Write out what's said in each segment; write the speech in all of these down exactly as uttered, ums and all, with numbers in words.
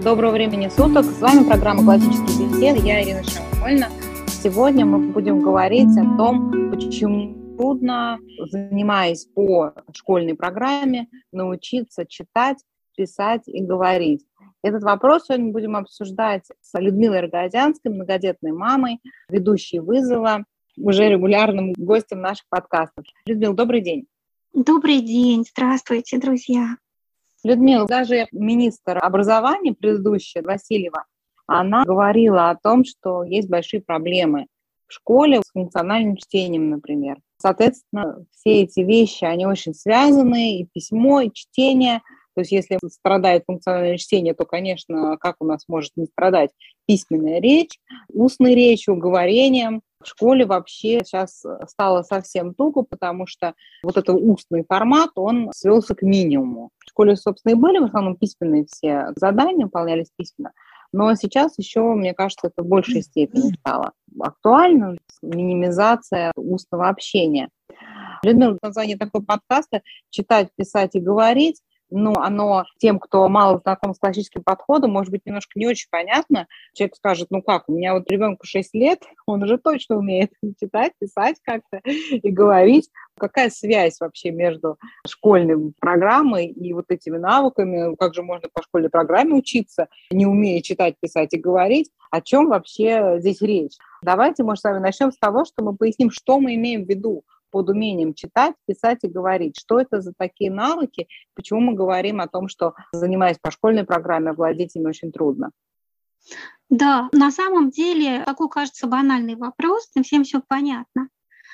Доброго времени суток. С вами программа «Классические беседы». Я Ирина Шамольна. Сегодня мы будем говорить о том, почему трудно, занимаясь по школьной программе, научиться читать, писать и говорить. Этот вопрос сегодня будем обсуждать с Людмилой Рогозянской, многодетной мамой, ведущей «Вызова», уже регулярным гостем наших подкастов. Людмила, добрый день. Добрый день. Здравствуйте, друзья. Людмила, даже министр образования предыдущая, Васильева, она говорила о том, что есть большие проблемы в школе с функциональным чтением, например. Соответственно, все эти вещи, они очень связаны, и письмо, и чтение. То есть если страдает функциональное чтение, то, конечно, как у нас может не страдать письменная речь, устной речью, говорением. В школе вообще сейчас стало совсем туго, потому что вот этот устный формат, он свелся к минимуму. В школе, собственно, и были в основном письменные все задания, выполнялись письменно. Но сейчас еще, мне кажется, это в большей степени стало актуально, минимизация устного общения. Людмила, название такого подкаста «Читать, писать и говорить», ну, оно тем, кто мало знаком с классическим подходом, может быть, немножко не очень понятно. Человек скажет, ну как, у меня вот ребенку шесть лет, он уже точно умеет читать, писать как-то и говорить. Какая связь вообще между школьной программой и вот этими навыками? Как же можно по школьной программе учиться, не умея читать, писать и говорить? О чем вообще здесь речь? Давайте, может, с вами начнем с того, что мы поясним, что мы имеем в виду под умением читать, писать и говорить. Что это за такие навыки? Почему мы говорим о том, что, занимаясь по школьной программе, овладеть ими очень трудно? Да, на самом деле такой, кажется, банальный вопрос, и всем все понятно.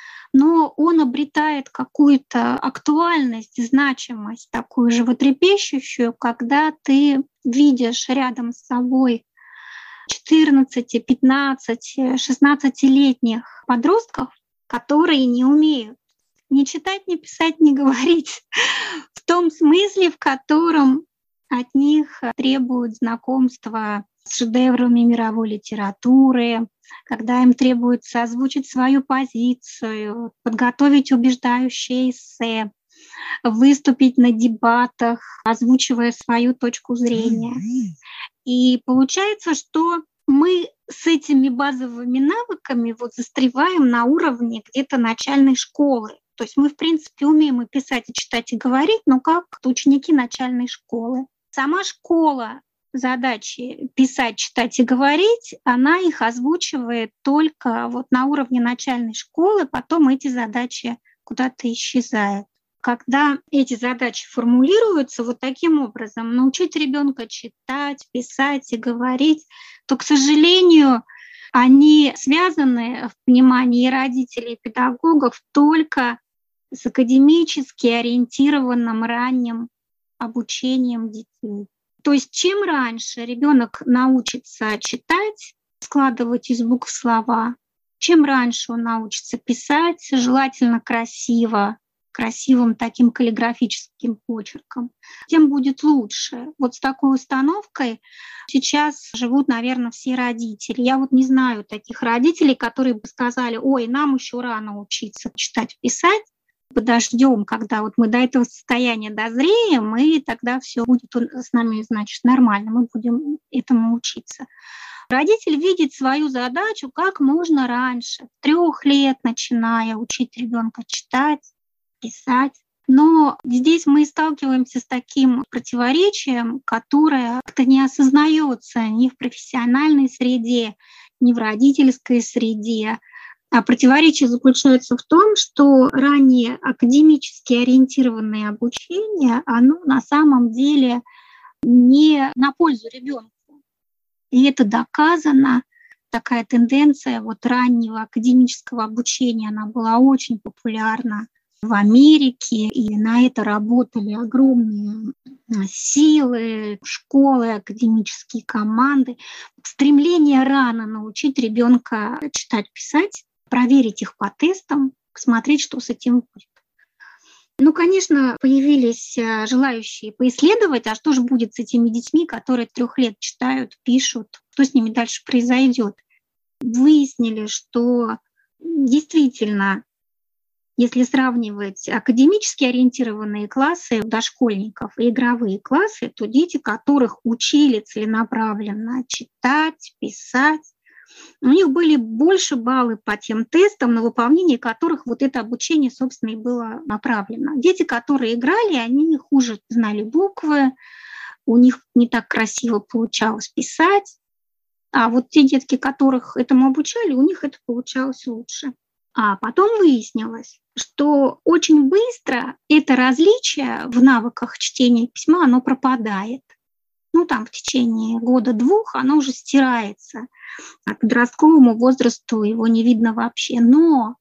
Но он обретает какую-то актуальность, значимость, такую животрепещущую, когда ты видишь рядом с собой четырнадцати, пятнадцати, шестнадцатилетних подростков, которые не умеют ни читать, ни писать, ни говорить в том смысле, в котором от них требуют знакомства с шедеврами мировой литературы, когда им требуется озвучить свою позицию, подготовить убеждающее эссе, выступить на дебатах, озвучивая свою точку зрения. И получается, что мы с этими базовыми навыками вот застреваем на уровне где-то начальной школы. То есть мы, в принципе, умеем и писать, и читать, и говорить, но как ученики начальной школы. Сама школа задачи писать, читать и говорить, она их озвучивает только вот на уровне начальной школы, потом эти задачи куда-то исчезают. Когда эти задачи формулируются вот таким образом, научить ребенка читать, писать и говорить, то, к сожалению, они связаны в понимании родителей и педагогов только с академически ориентированным ранним обучением детей. То есть чем раньше ребенок научится читать, складывать из букв слова, чем раньше он научится писать, желательно красиво, красивым таким каллиграфическим почерком, тем будет лучше. Вот с такой установкой сейчас живут, наверное, все родители. Я вот не знаю таких родителей, которые бы сказали: ой, нам еще рано учиться читать, писать, подождем, когда вот мы до этого состояния дозреем, и тогда все будет с нами, значит, нормально, мы будем этому учиться. Родитель видит свою задачу как можно раньше, трех лет начиная учить ребенка читать, писать. Но здесь мы сталкиваемся с таким противоречием, которое как-то не осознается ни в профессиональной среде, ни в родительской среде. А противоречие заключается в том, что ранее академически ориентированное обучение, оно на самом деле не на пользу ребенку. И это доказано. Такая тенденция вот раннего академического обучения, она была очень популярна в Америке, и на это работали огромные силы, школы, академические команды. Стремление рано научить ребенка читать, писать, проверить их по тестам, посмотреть, что с этим будет. Ну, конечно, появились желающие поисследовать, а что же будет с этими детьми, которые трех лет читают, пишут, что с ними дальше произойдет. Выяснили, что действительно Если сравнивать академически ориентированные классы дошкольников и игровые классы, то дети, которых учили целенаправленно читать, писать, у них были больше баллы по тем тестам, на выполнение которых вот это обучение, собственно, и было направлено. Дети, которые играли, они хуже знали буквы, у них не так красиво получалось писать, а вот те детки, которых этому обучали, у них это получалось лучше. А потом выяснилось, что очень быстро это различие в навыках чтения и письма, оно пропадает. Ну, там в течение года-двух оно уже стирается. А к подростковому возрасту его не видно вообще. Но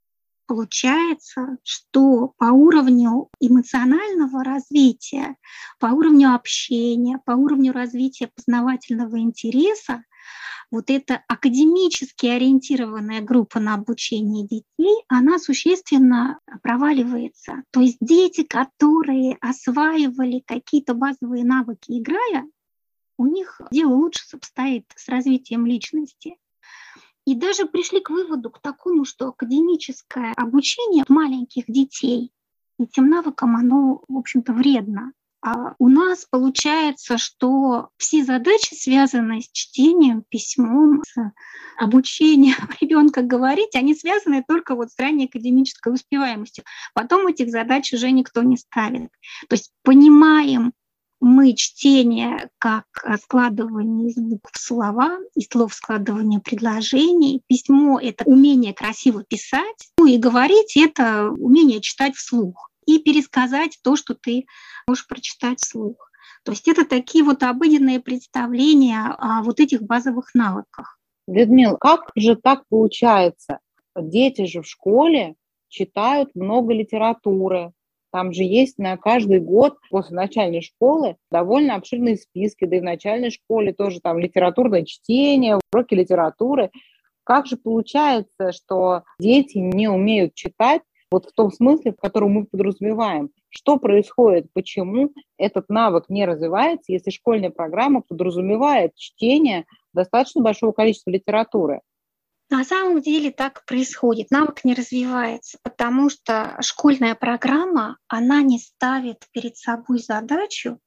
получается, что по уровню эмоционального развития, по уровню общения, по уровню развития познавательного интереса, вот эта академически ориентированная группа на обучение детей, она существенно проваливается. То есть дети, которые осваивали какие-то базовые навыки, играя, у них дело лучше обстоит с развитием личности. И даже пришли к выводу, к такому, что академическое обучение маленьких детей этим навыкам, оно, в общем-то, вредно. А у нас получается, что все задачи, связанные с чтением, письмом, с обучением ребенка говорить, они связаны только вот с ранней академической успеваемостью. Потом этих задач уже никто не ставит. То есть понимаем мы чтение как складывание из букв слова, из слов складывание предложений. Письмо — это умение красиво писать, ну и говорить — это умение читать вслух и пересказать то, что ты можешь прочитать вслух. То есть это такие вот обыденные представления о вот этих базовых навыках. Людмила, как же так получается? Дети же в школе читают много литературы. Там же есть на каждый год после начальной школы довольно обширные списки, да и в начальной школе тоже там литературное чтение, уроки литературы. Как же получается, что дети не умеют читать вот в том смысле, в котором мы подразумеваем? Что происходит? Почему этот навык не развивается, если школьная программа подразумевает чтение достаточно большого количества литературы? На самом деле так происходит. Навык не развивается, потому что школьная программа, она не ставит перед собой задачу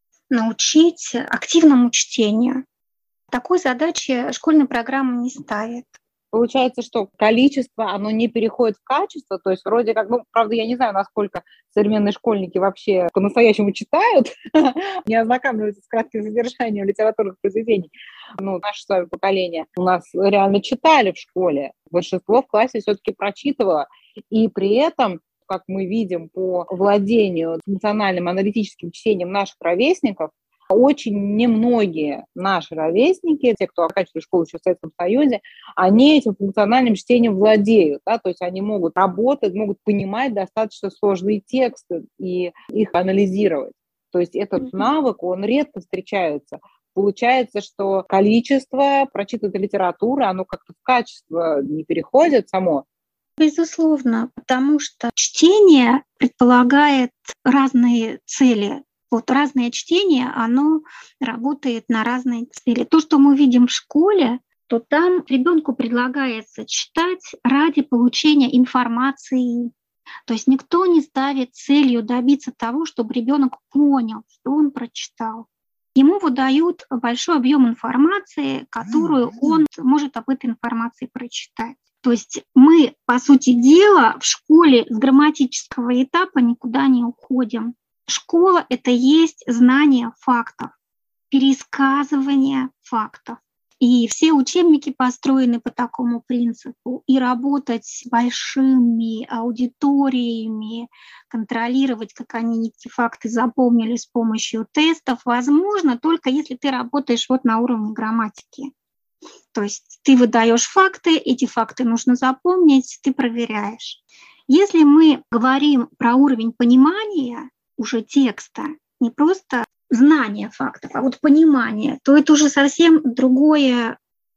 научить активному чтению. Такой задачи школьная программа не ставит. Получается, что количество, оно не переходит в качество, то есть вроде как, ну, правда, я не знаю, насколько современные школьники вообще по-настоящему читают, не ознакомливаются с кратким содержанием литературных произведений. Ну, наше с вами поколение у нас реально читали в школе, большинство в классе все-таки прочитывало, и при этом, как мы видим по владению функциональным аналитическим чтением наших ровесников, очень немногие наши ровесники, те, кто оканчивали школу еще в Советском Союзе, они этим функциональным чтением владеют, да, то есть они могут работать, могут понимать достаточно сложные тексты и их анализировать. То есть этот навык, он редко встречается. Получается, что количество прочитанной литературы, оно как-то в качество не переходит само. Безусловно, потому что чтение предполагает разные цели. Вот разное чтение, оно работает на разные цели. То, что мы видим в школе, то там ребенку предлагается читать ради получения информации. То есть никто не ставит целью добиться того, чтобы ребенок понял, что он прочитал. Ему выдают большой объем информации, которую он может об этой информации прочитать. То есть мы, по сути дела, в школе с грамматического этапа никуда не уходим. Школа — это есть знание фактов, пересказывание фактов. И все учебники построены по такому принципу. И работать с большими аудиториями, контролировать, как они эти факты запомнили с помощью тестов, возможно только если ты работаешь вот на уровне грамматики. То есть ты выдаешь факты, эти факты нужно запомнить, ты проверяешь. Если мы говорим про уровень понимания уже текста, не просто знание фактов, а вот понимание, то это уже совсем другая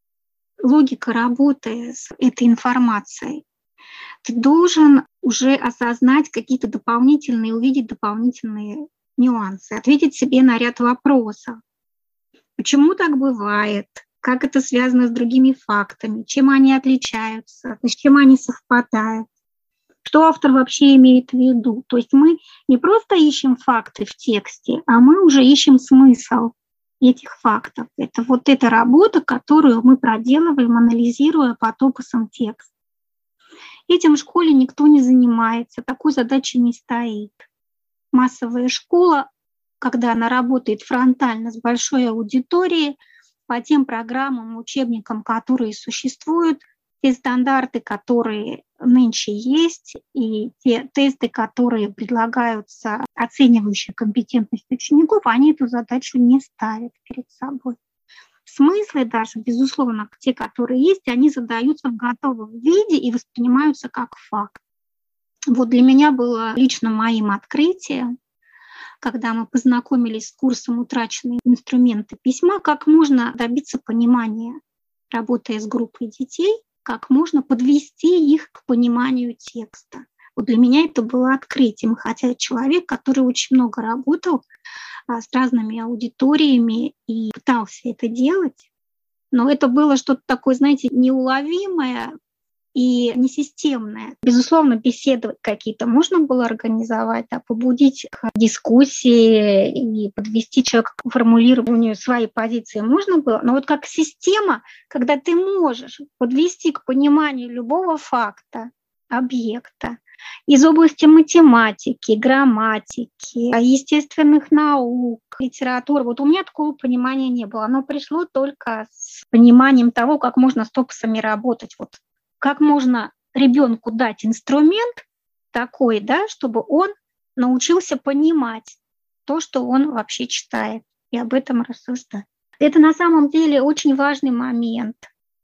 логика работы с этой информацией. Ты должен уже осознать какие-то дополнительные, увидеть дополнительные нюансы, ответить себе на ряд вопросов. Почему так бывает? Как это связано с другими фактами? Чем они отличаются? С чем они совпадают? что автор вообще имеет в виду. То есть мы не просто ищем факты в тексте, а мы уже ищем смысл этих фактов. Это вот эта работа, которую мы проделываем, анализируя по топосам текста. Этим в школе никто не занимается, такой задачи не стоит. Массовая школа, когда она работает фронтально с большой аудиторией, по тем программам, учебникам, которые существуют, те стандарты, которые нынче есть, и те тесты, которые предлагаются, оценивающие компетентность учеников, они эту задачу не ставят перед собой. Смыслы даже, безусловно, те, которые есть, они задаются в готовом виде и воспринимаются как факт. Вот для меня было лично моим открытием, когда мы познакомились с курсом «Утраченные инструменты письма», как можно добиться понимания, работая с группой детей, как можно подвести их к пониманию текста. Вот для меня это было открытием, хотя я человек, который очень много работал а, с разными аудиториями и пытался это делать, но это было что-то такое, знаете, неуловимое и несистемное. Безусловно, беседы какие-то можно было организовать, а побудить к дискуссии и подвести человека к формулированию своей позиции можно было, но вот как система, когда ты можешь подвести к пониманию любого факта, объекта, из области математики, грамматики, естественных наук, литературы. Вот у меня такого понимания не было. Оно пришло только с пониманием того, как можно с топосами работать. Вот как можно ребенку дать инструмент такой, да, чтобы он научился понимать то, что он вообще читает, и об этом рассуждать. Это на самом деле очень важный момент,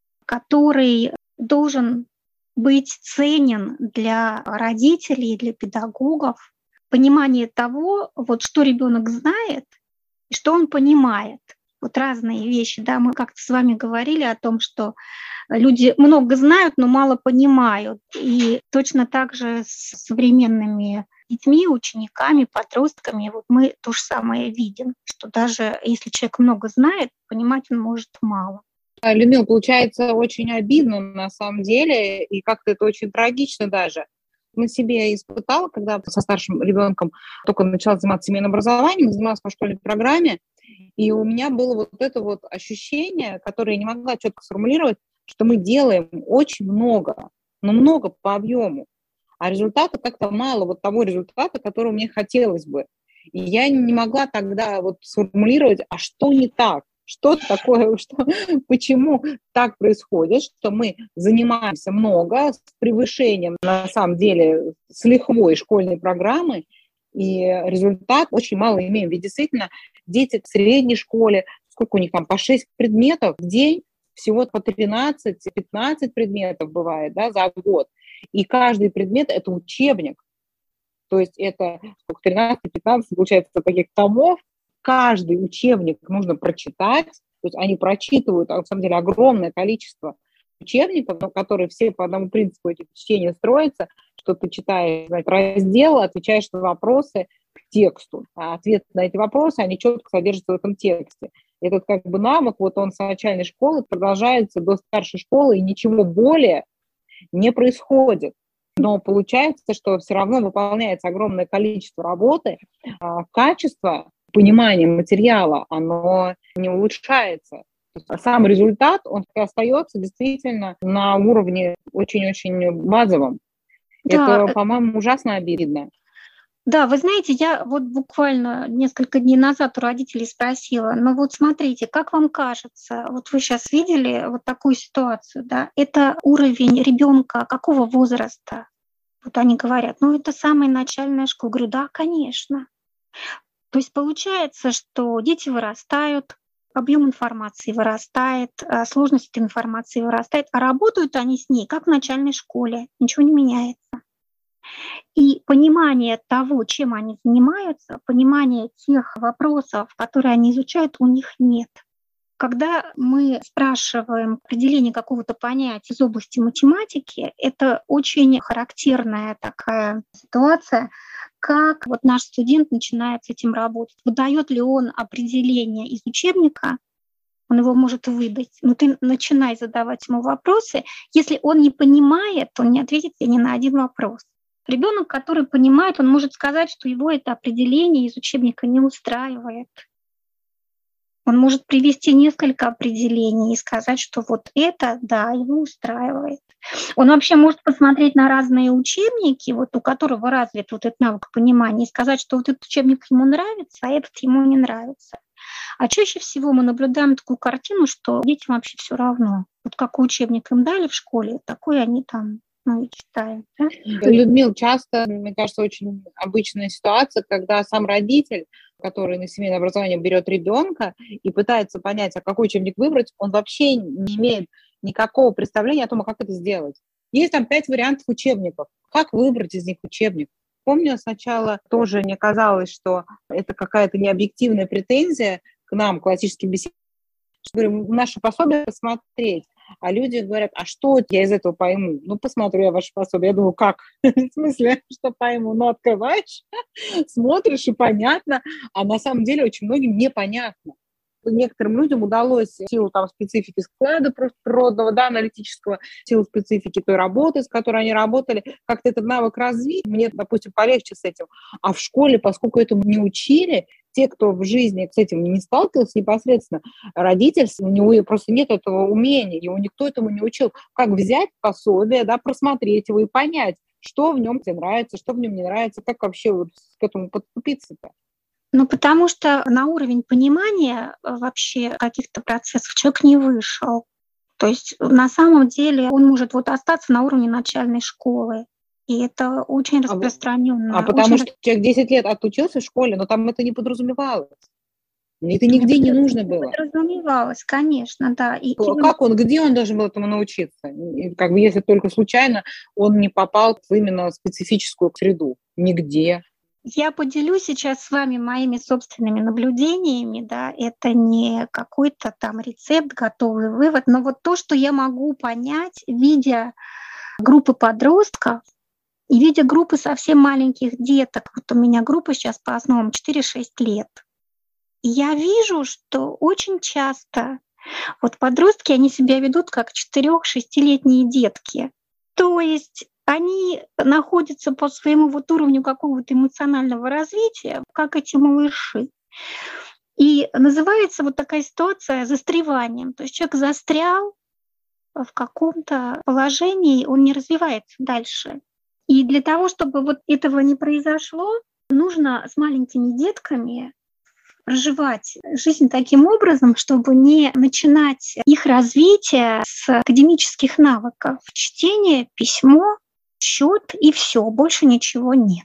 который должен быть ценен для родителей, для педагогов. Понимание того, вот, что ребенок знает и что он понимает. Вот разные вещи. Да? Мы как-то с вами говорили о том, что люди много знают, но мало понимают. И точно так же с современными детьми, учениками, подростками вот мы то же самое видим, что даже если человек много знает, понимать он может мало. Людмила, получается очень обидно на самом деле, и как-то это очень трагично даже. На себе испытала, когда со старшим ребенком только начала заниматься семейным образованием, занималась по школьной программе, и у меня было вот это вот ощущение, которое я не могла четко сформулировать, что мы делаем очень много, но много по объему, а результата как-то мало, вот того результата, которого мне хотелось бы. И я не могла тогда вот сформулировать, а что не так? Что такое, что, почему так происходит, что мы занимаемся много с превышением, на самом деле, с лихвой школьной программы, и результат очень мало имеем. Ведь действительно дети в средней школе, сколько у них там, по шесть предметов в день, всего по тринадцать-пятнадцать предметов бывает, да, за год. И каждый предмет – это учебник. То есть это тринадцать-пятнадцать, получается, таких томов. Каждый учебник нужно прочитать, то есть они прочитывают, на самом деле, огромное количество учебников, которые все по одному принципу эти чтения строятся, что ты читаешь, знаете, раздел, отвечаешь на вопросы к тексту, а ответы на эти вопросы, они четко содержатся в этом тексте. Этот как бы навык, вот он с начальной школы продолжается до старшей школы, и ничего более не происходит. Но получается, что все равно выполняется огромное количество работы, а качество понимание материала, оно не улучшается. Сам результат, он остается действительно на уровне очень-очень базовом. Да. Это, по-моему, ужасно обидно. Да, вы знаете, я вот буквально несколько дней назад у родителей спросила, ну вот смотрите, как вам кажется, вот вы сейчас видели вот такую ситуацию, да, это уровень ребенка какого возраста? Вот они говорят, ну это самая начальная школа. Говорю, да, конечно. То есть получается, что дети вырастают, объем информации вырастает, сложность этой информации вырастает, а работают они с ней, как в начальной школе, ничего не меняется. И понимание того, чем они занимаются, понимание тех вопросов, которые они изучают, у них нет. Когда мы спрашиваем определение какого-то понятия из области математики, это очень характерная такая ситуация, как вот наш студент начинает с этим работать. Выдает ли он определение из учебника, он его может выдать, но ты начинай задавать ему вопросы. Если он не понимает, он не ответит тебе ни на один вопрос. Ребенок, который понимает, он может сказать, что его это определение из учебника не устраивает. Он может привести несколько определений и сказать, что вот это, да, его устраивает. Он вообще может посмотреть на разные учебники, вот у которого развит вот этот навык понимания, и сказать, что вот этот учебник ему нравится, а этот ему не нравится. А чаще всего мы наблюдаем такую картину, что детям вообще все равно. Вот какой учебник им дали в школе, такой они там ну, и читают. Да? Людмила, часто, мне кажется, очень обычная ситуация, когда сам родитель, который на семейное образование берет ребенка и пытается понять, а какой учебник выбрать, он вообще не имеет никакого представления о том, как это сделать. Есть там пять вариантов учебников. Как выбрать из них учебник? Помню, сначала тоже мне казалось, что это какая-то необъективная претензия к нам, классическим беседам, что говорю, наше пособие посмотреть. А люди говорят, а что я из этого пойму? Ну, посмотрю я ваше пособие. Я думаю, как? В смысле, что пойму? Ну, открываешь, смотришь, и понятно. А на самом деле очень многим непонятно. Некоторым людям удалось в силу там, специфики склада просто природного, да, аналитического, в силу специфики той работы, с которой они работали, как-то этот навык развить. Мне, допустим, полегче с этим. А в школе, поскольку этому не учили, те, кто в жизни с этим не сталкивался непосредственно, родитель, у него просто нет этого умения, его никто этому не учил. Как взять пособие, да, просмотреть его и понять, что в нем тебе нравится, что в нем не нравится, как вообще вот к этому подступиться-то. Ну, потому что на уровень понимания вообще каких-то процессов человек не вышел. То есть на самом деле он может вот остаться на уровне начальной школы. И это очень распространенно. А, а потому очень... что человек десять лет отучился в школе, но там это не подразумевалось. Это нигде не, не нужно было. Подразумевалось, конечно, да. И как он, где он должен был этому научиться? Как бы если только случайно он не попал в именно специфическую среду. Нигде. Я поделюсь сейчас с вами моими собственными наблюдениями, да, это не какой-то там рецепт, готовый вывод, но вот то, что я могу понять, видя группы подростков и видя группы совсем маленьких деток, вот у меня группа сейчас по основам четыре-шесть лет, и я вижу, что очень часто вот подростки, они себя ведут как четыре-шестилетние детки, то есть они находятся по своему вот уровню какого-то эмоционального развития, как эти малыши. И называется вот такая ситуация застреванием. То есть человек застрял в каком-то положении, он не развивается дальше. И для того, чтобы вот этого не произошло, нужно с маленькими детками проживать жизнь таким образом, чтобы не начинать их развитие с академических навыков. Чтение, письмо, счет и все, больше ничего нет.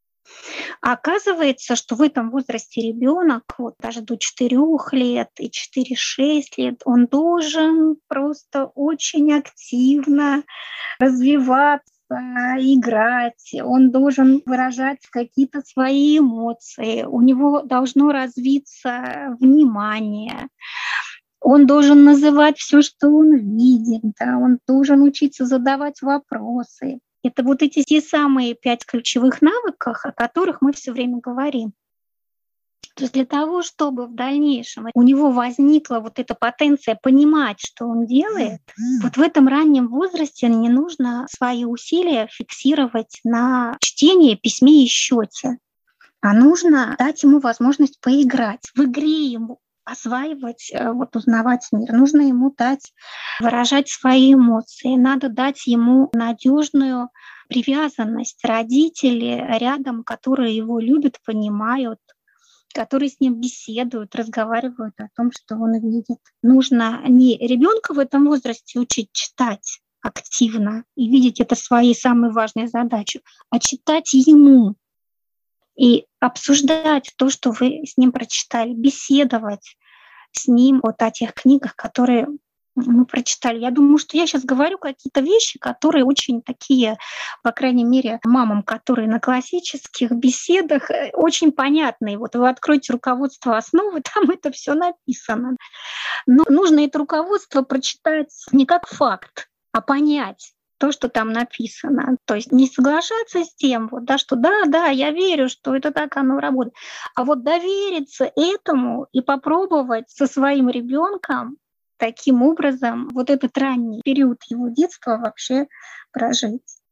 А оказывается, что в этом возрасте ребенок, вот даже до четырёх лет и четыре-шесть лет, он должен просто очень активно развиваться, играть, он должен выражать какие-то свои эмоции, у него должно развиться внимание. Он должен называть все, что он видит, да, он должен учиться задавать вопросы. Это вот эти те самые пять ключевых навыков, о которых мы все время говорим. То есть для того, чтобы в дальнейшем у него возникла вот эта потенция понимать, что он делает, вот в этом раннем возрасте не нужно свои усилия фиксировать на чтении, письме и счете, а нужно дать ему возможность поиграть в игре ему, осваивать, вот, узнавать мир. Нужно ему дать выражать свои эмоции, надо дать ему надежную привязанность, родители рядом, которые его любят, понимают, которые с ним беседуют, разговаривают о том, что он видит. Нужно не ребенка в этом возрасте учить читать активно и видеть это своей самой важной задачей, а читать ему и обсуждать то, что вы с ним прочитали, беседовать с ним вот о тех книгах, которые мы прочитали. Я думаю, что я сейчас говорю какие-то вещи, которые очень такие, по крайней мере, мамам, которые на классических беседах, очень понятные. Вот вы откроете руководство основы, там это все написано. Но нужно это руководство прочитать не как факт, а понять то, что там написано. То есть не соглашаться с тем, вот, да, что да, да, я верю, что это так оно работает, а вот довериться этому и попробовать со своим ребенком таким образом вот этот ранний период его детства вообще прожить.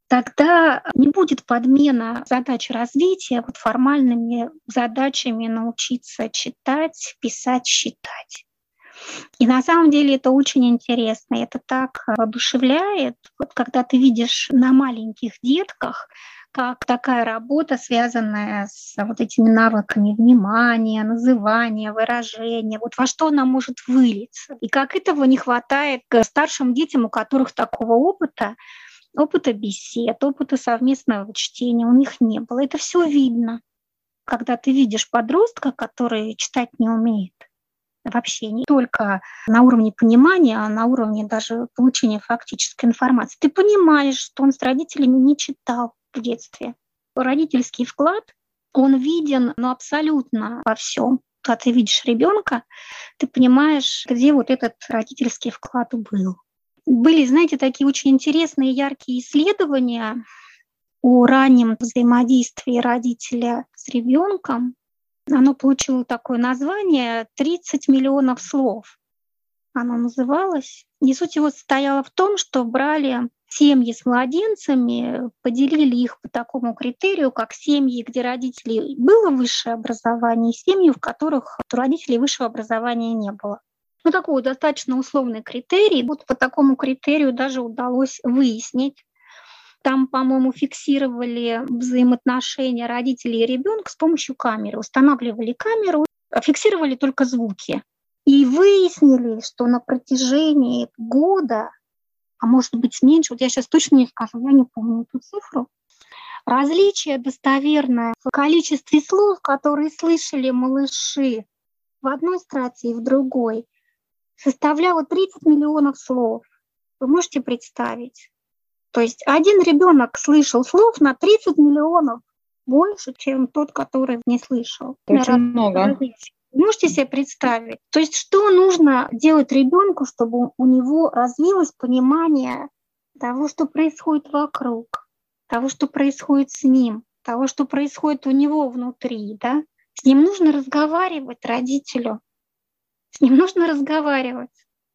тогда не будет подмена задач развития вот формальными задачами научиться читать, писать, считать. И на самом деле это очень интересно, это так воодушевляет, вот когда ты видишь на маленьких детках, как такая работа, связанная с вот этими навыками внимания, называния, выражения, вот во что она может вылиться. И как этого не хватает к старшим детям, у которых такого опыта, опыта бесед, опыта совместного чтения у них не было. Это все видно, когда ты видишь подростка, который читать не умеет. Вообще не только на уровне понимания, а на уровне даже получения фактической информации. Ты понимаешь, что он с родителями не читал в детстве. Родительский вклад, он виден, ну, абсолютно во всем. Когда ты видишь ребенка, ты понимаешь, где вот этот родительский вклад был. Были, знаете, такие очень интересные, яркие исследования о раннем взаимодействии родителя с ребенком. Оно получило такое название «тридцать миллионов слов». Оно называлось. И суть его состояла в том, что брали семьи с младенцами, поделили их по такому критерию, как семьи, где родителей было высшее образование, и семьи, в которых у родителей высшего образования не было. Ну, такой достаточно условный критерий. Вот по такому критерию даже удалось выяснить. Там, по-моему, фиксировали взаимоотношения родителей и ребенка с помощью камеры. Устанавливали камеру, фиксировали только звуки. И выяснили, что на протяжении года, а может быть меньше, вот я сейчас точно не скажу, я не помню эту цифру, различие достоверное в количестве слов, которые слышали малыши в одной страте и в другой, составляло тридцать миллионов слов. Вы можете представить? То есть один ребенок слышал слов на тридцать миллионов больше, чем тот, который не слышал. Очень много. Можете себе представить? То есть что нужно делать ребенку, чтобы у него развилось понимание того, что происходит вокруг, того, что происходит с ним, того, что происходит у него внутри, да? С ним нужно разговаривать, родителю. С ним нужно разговаривать.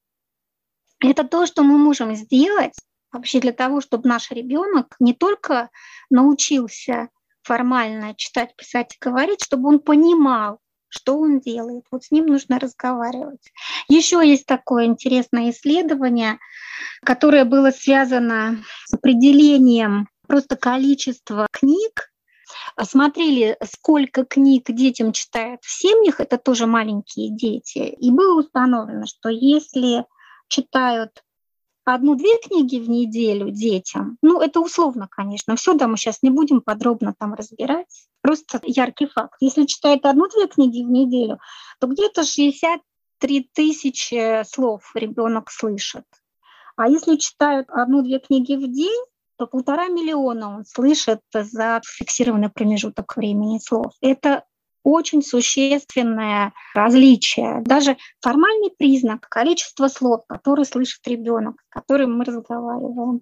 Это то, что мы можем сделать вообще для того, чтобы наш ребенок не только научился формально читать, писать и говорить, чтобы он понимал, что он делает. Вот с ним нужно разговаривать. Еще есть такое интересное исследование, которое было связано с определением просто количества книг. Смотрели, сколько книг детям читают в семьях, это тоже маленькие дети. И было установлено, что если читают одну-две книги в неделю детям, ну это условно, конечно, все, да, мы сейчас не будем подробно там разбирать, просто яркий факт. Если читают одну-две книги в неделю, то где-то шестьдесят три тысячи слов ребенок слышит. А если читают одну-две книги в день, то полтора миллиона он слышит за фиксированный промежуток времени слов. Это очень существенное различие. Даже формальный признак, количество слов, которые слышит ребенок, с которым мы разговариваем,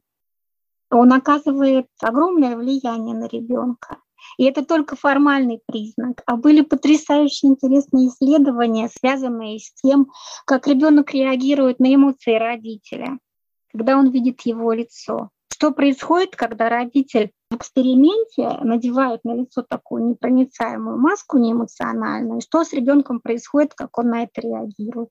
он оказывает огромное влияние на ребенка. И это только формальный признак. А были потрясающе интересные исследования, связанные с тем, как ребенок реагирует на эмоции родителя, когда он видит его лицо. Что происходит, когда родитель в эксперименте надевает на лицо такую непроницаемую маску неэмоциональную, что с ребенком происходит, как он на это реагирует.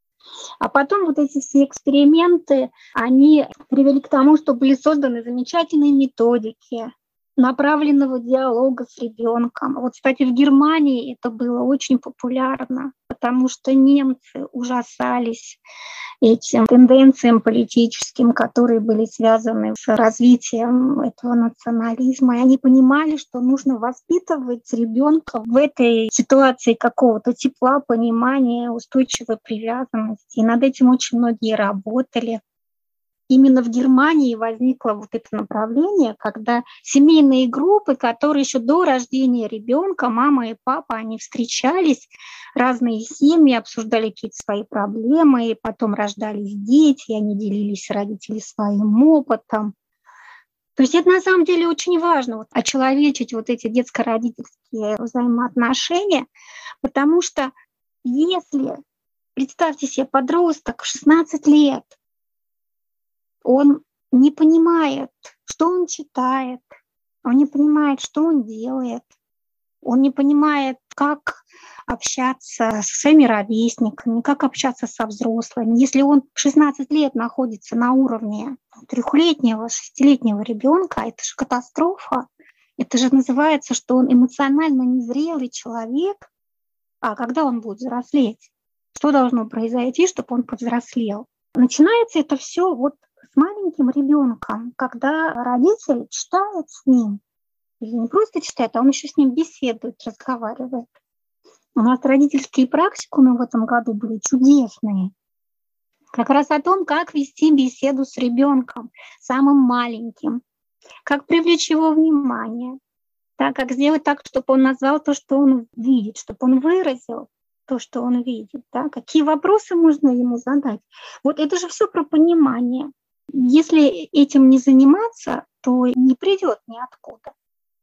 А потом вот эти все эксперименты, они привели к тому, что были созданы замечательные методики направленного диалога с ребенком. Вот, кстати, в Германии это было очень популярно, потому что немцы ужасались этим тенденциям политическим, которые были связаны с развитием этого национализма. И они понимали, что нужно воспитывать ребенка в этой ситуации какого-то тепла, понимания, устойчивой привязанности. И над этим очень многие работали. Именно в Германии возникло вот это направление, когда семейные группы, которые еще до рождения ребенка, мама и папа, они встречались, разные семьи, обсуждали какие-то свои проблемы, и потом рождались дети, и они делились с родителями своим опытом. То есть это на самом деле очень важно, вот, очеловечить вот эти детско-родительские взаимоотношения, потому что если, представьте себе, подросток в шестнадцать лет, он не понимает, что он читает, он не понимает, что он делает, он не понимает, как общаться со своими ровесниками, как общаться со взрослыми. Если он в шестнадцать лет находится на уровне трехлетнего, шестилетнего ребенка, это же катастрофа. Это же называется, что он эмоционально незрелый человек. А когда он будет взрослеть? Что должно произойти, чтобы он повзрослел? Начинается это все вот с маленьким ребенком, когда родитель читает с ним. Или не просто читает, а он еще с ним беседует, разговаривает. У нас родительские практикумы в этом году были чудесные. Как раз о том, как вести беседу с ребенком, самым маленьким, как привлечь его внимание, да, как сделать так, чтобы он назвал то, что он видит, чтобы он выразил то, что он видит, да, какие вопросы можно ему задать. Вот это же все про понимание. Если этим не заниматься, то не придет ниоткуда.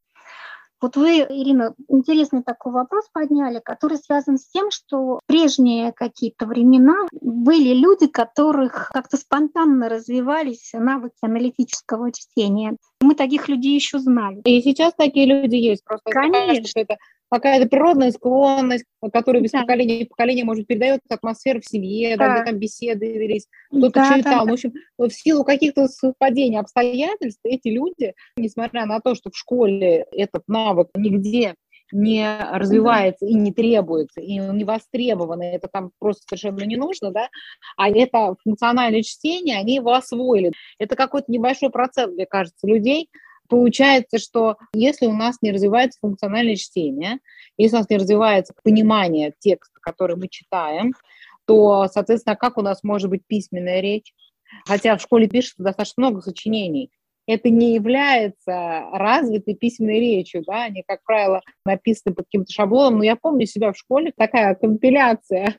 Вот вы, Ирина, интересный такой вопрос подняли, который связан с тем, что в прежние какие-то времена были люди, которых как-то спонтанно развивались навыки аналитического чтения. Мы таких людей еще знали. И сейчас такие люди есть. Просто Конечно. Кажется, что это какая-то природная склонность, которая без Да. поколения в поколение, может, передается атмосфера в семье, Да. да, где там беседы велись, кто-то Да, читал. да, да. В общем, в силу каких-то совпадений обстоятельств эти люди, несмотря на то, что в школе этот навык нигде не развивается и не требуется, и он не востребован, и это там просто совершенно не нужно, да, а это функциональное чтение, они его освоили. Это какой-то небольшой процент, мне кажется, людей. Получается, что если у нас не развивается функциональное чтение, если у нас не развивается понимание текста, который мы читаем, то, соответственно, как у нас может быть письменная речь? Хотя в школе пишется достаточно много сочинений. Это не является развитой письменной речью, да, они, как правило, написаны под каким-то шаблоном. Но я помню себя в школе, такая компиляция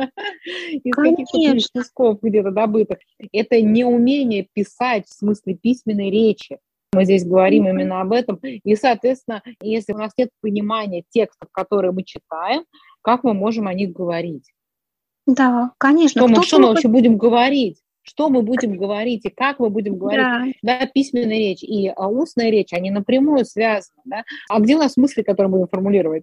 из каких-то кусков где-то добытых. Это неумение писать в смысле письменной речи. Мы здесь говорим именно об этом. И, соответственно, если у нас нет понимания текстов, которые мы читаем, как мы можем о них говорить? Да, конечно. Что мы, Кто что мы плохо- вообще будем говорить? Что мы будем говорить и как мы будем говорить? Да. Да, письменная речь и а, устная речь, они напрямую связаны. Да? А где у нас мысли, которые мы будем формулировать?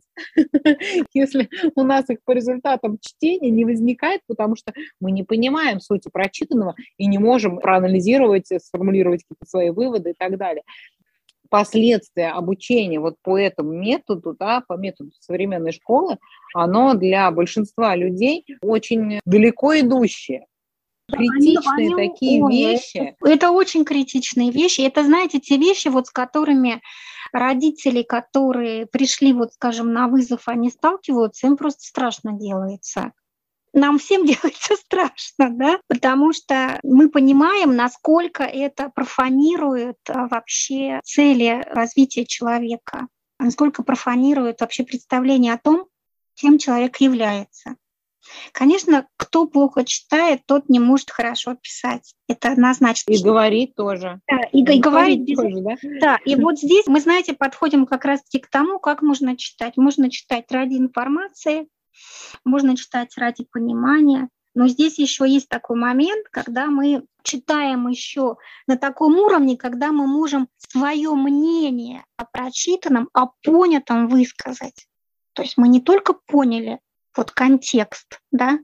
Если у нас их по результатам чтения не возникает, потому что мы не понимаем сути прочитанного и не можем проанализировать, сформулировать какие-то свои выводы и так далее. Последствия обучения вот по этому методу, да, по методу современной школы, оно для большинства людей очень далеко идущее. Критичные Они- такие ой, вещи. Это, это очень критичные вещи. Это, знаете, те вещи, вот с которыми родители, которые пришли, вот, скажем, на вызов, они сталкиваются, им просто страшно делается. Нам всем делается страшно, да, потому что мы понимаем, насколько это профанирует а, вообще цели развития человека, насколько профанирует вообще представление о том, кем человек является. Конечно, кто плохо читает, тот не может хорошо писать. Это однозначно. И говорить тоже. Да, и, и говорить без... тоже, да? Да, и вот здесь мы, знаете, подходим как раз-таки к тому, как можно читать. Можно читать ради информации, можно читать ради понимания. Но здесь еще есть такой момент, когда мы читаем еще на таком уровне, когда мы можем свое мнение о прочитанном, о понятом высказать. То есть мы не только поняли вот контекст, да,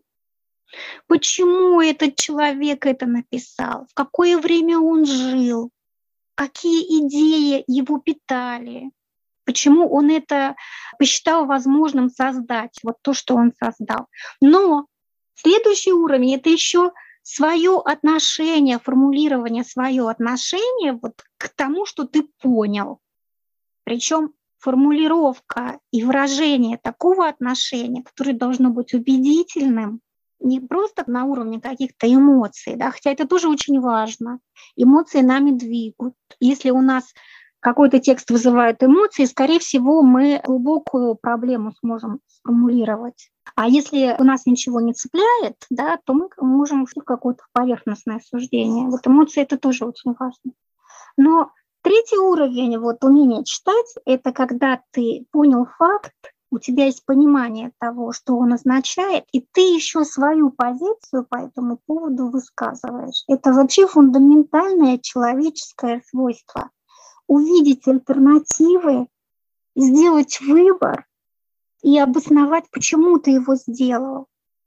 почему этот человек это написал, в какое время он жил, какие идеи его питали, почему он это посчитал возможным создать, вот то, что он создал. Но следующий уровень — это еще свое отношение, формулирование, свое отношение вот к тому, что ты понял. Причем формулировка и выражение такого отношения, которое должно быть убедительным, не просто на уровне каких-то эмоций, да, хотя это тоже очень важно. Эмоции нами двигают. Если у нас какой-то текст вызывает эмоции, скорее всего, мы глубокую проблему сможем сформулировать. А если у нас ничего не цепляет, да, то мы можем ушли в какое-то поверхностное суждение. Вот эмоции — это тоже очень важно. Но третий уровень вот, умения читать — это когда ты понял факт, у тебя есть понимание того, что он означает, и ты еще свою позицию по этому поводу высказываешь. Это вообще фундаментальное человеческое свойство. увидеть альтернативы, сделать выбор и обосновать, почему ты его сделал.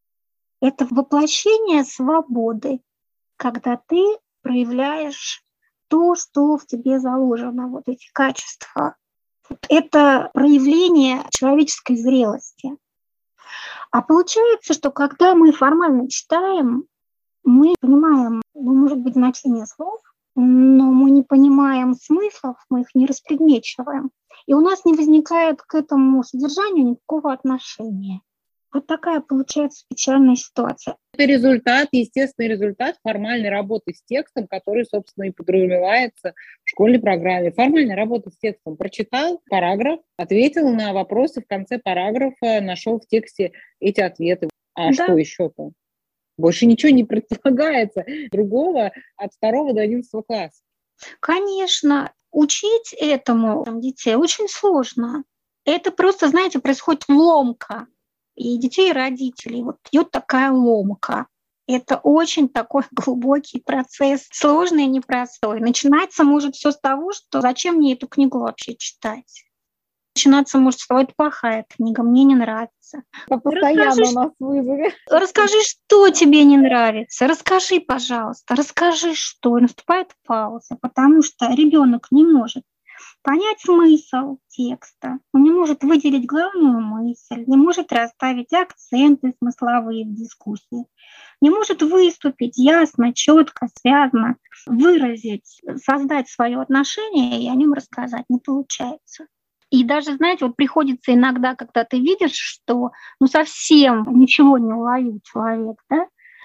Это воплощение свободы, когда ты проявляешь то, что в тебе заложено, вот эти качества. Это проявление человеческой зрелости. А получается, что когда мы формально читаем, мы понимаем, ну, может быть, значение слов, но мы не понимаем смыслов, мы их не распредмечиваем. И у нас не возникает к этому содержанию никакого отношения. Вот такая получается печальная ситуация. Это результат, естественный результат формальной работы с текстом, который, собственно, и подразумевается в школьной программе. Формальная работа с текстом. Прочитал параграф, ответил на вопросы в конце параграфа, нашел в тексте эти ответы. А Да. что еще-то? Больше ничего не предполагается другого от второго до одиннадцатого класса. Конечно, учить этому детей очень сложно. Это просто, знаете, происходит ломка. И детей, и родителей. Вот идет такая ломка. Это очень такой глубокий процесс, сложный и непростой. Начинается может все с того, что зачем мне эту книгу вообще читать? Начинаться может с того, это плохая книга, мне не нравится. Это постоянно расскажи, у нас в вызове. Расскажи, что тебе не нравится. Расскажи, пожалуйста, расскажи, что. И наступает пауза, потому что ребенок не может понять смысл текста, он не может выделить главную мысль, не может расставить акценты смысловые в дискуссии, не может выступить ясно, четко, связно, выразить, создать свое отношение и о нем рассказать. Не получается. И даже, знаете, вот приходится иногда, когда ты видишь, что ну совсем ничего не уловил человек, да,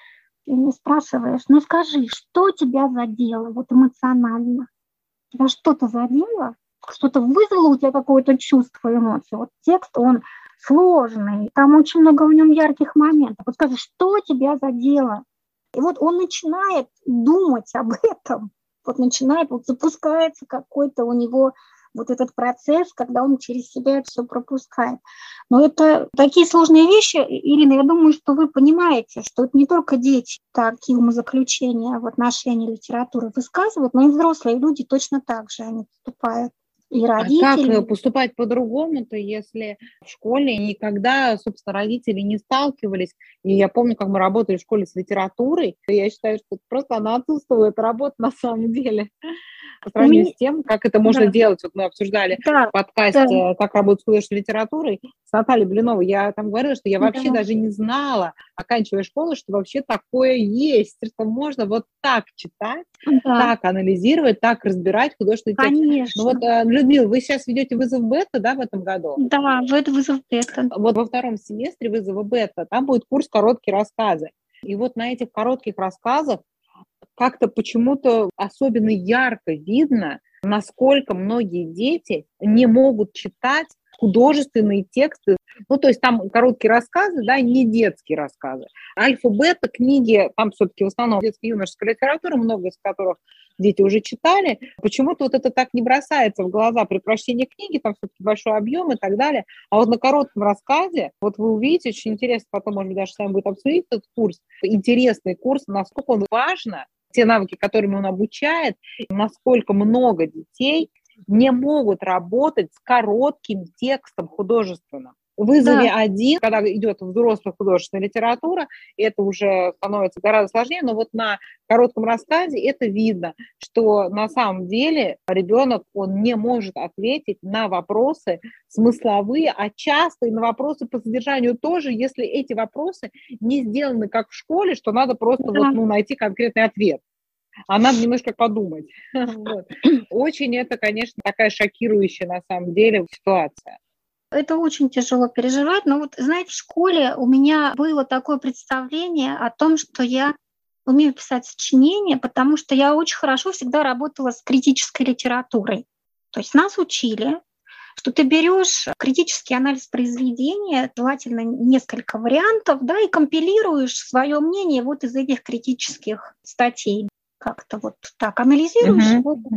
и не спрашиваешь, ну скажи, что тебя задело вот эмоционально? Тебя что-то задело? Что-то вызвало у тебя какое-то чувство, эмоции. Вот текст, он сложный, там очень много в нем ярких моментов. Вот скажи, что тебя задело? И вот он начинает думать об этом, вот начинает, вот запускается какой-то у него вот этот процесс, когда он через себя это все пропускает. Но это такие сложные вещи, Ирина, я думаю, что вы понимаете, что это не только дети такие умозаключения в отношении литературы высказывают, но и взрослые люди точно так же они поступают. И родители. А как поступать по-другому-то, если в школе никогда, собственно, родители не сталкивались? И я помню, как мы работали в школе с литературой, и я считаю, что просто она отсутствует, работа на самом деле. По сравнению меня... с тем, как это можно да. делать. Вот мы обсуждали да. в подкасте да. «Как работать с художественной литературой» с Натальей Блиновой. Я там говорила, что я вообще да. даже не знала, оканчивая школу, что вообще такое есть, что можно вот так читать, да. так анализировать, так разбирать художественный текст. Конечно. Ну вот, Людмила, вы сейчас ведете вызов бета, да, в этом году? Да, в это вызов бета. Вот во втором семестре вызова бета там будет курс «Короткие рассказы». И вот на этих коротких рассказах как-то почему-то особенно ярко видно, насколько многие дети не могут читать художественные тексты. Ну, то есть там короткие рассказы, да, не детские рассказы. Альфа-бета книги, там все-таки в основном детская юношеская литература, много из которых дети уже читали. Почему-то вот это так не бросается в глаза при прочтении книги, там все-таки большой объем и так далее. А вот на коротком рассказе, вот вы увидите, очень интересно, потом, может быть, даже с вами будет обсудить этот курс, интересный курс, насколько он важно, те навыки, которыми он обучает, насколько много детей не могут работать с коротким текстом художественным. В вызове да. один, когда идет взрослая художественная литература, это уже становится гораздо сложнее, но вот на коротком рассказе это видно, что на самом деле ребенок, он не может ответить на вопросы смысловые, а часто и на вопросы по содержанию тоже, если эти вопросы не сделаны как в школе, что надо просто да. вот, ну, найти конкретный ответ. А надо немножко подумать. Вот. Очень это, конечно, такая шокирующая на самом деле ситуация. Это очень тяжело переживать, но вот, знаете, в школе у меня было такое представление о том, что я умею писать сочинения, потому что я очень хорошо всегда работала с критической литературой. То есть нас учили, что ты берешь критический анализ произведения, желательно несколько вариантов, да, и компилируешь свое мнение вот из этих критических статей. Как-то вот так анализируешь. Uh-huh. Вот,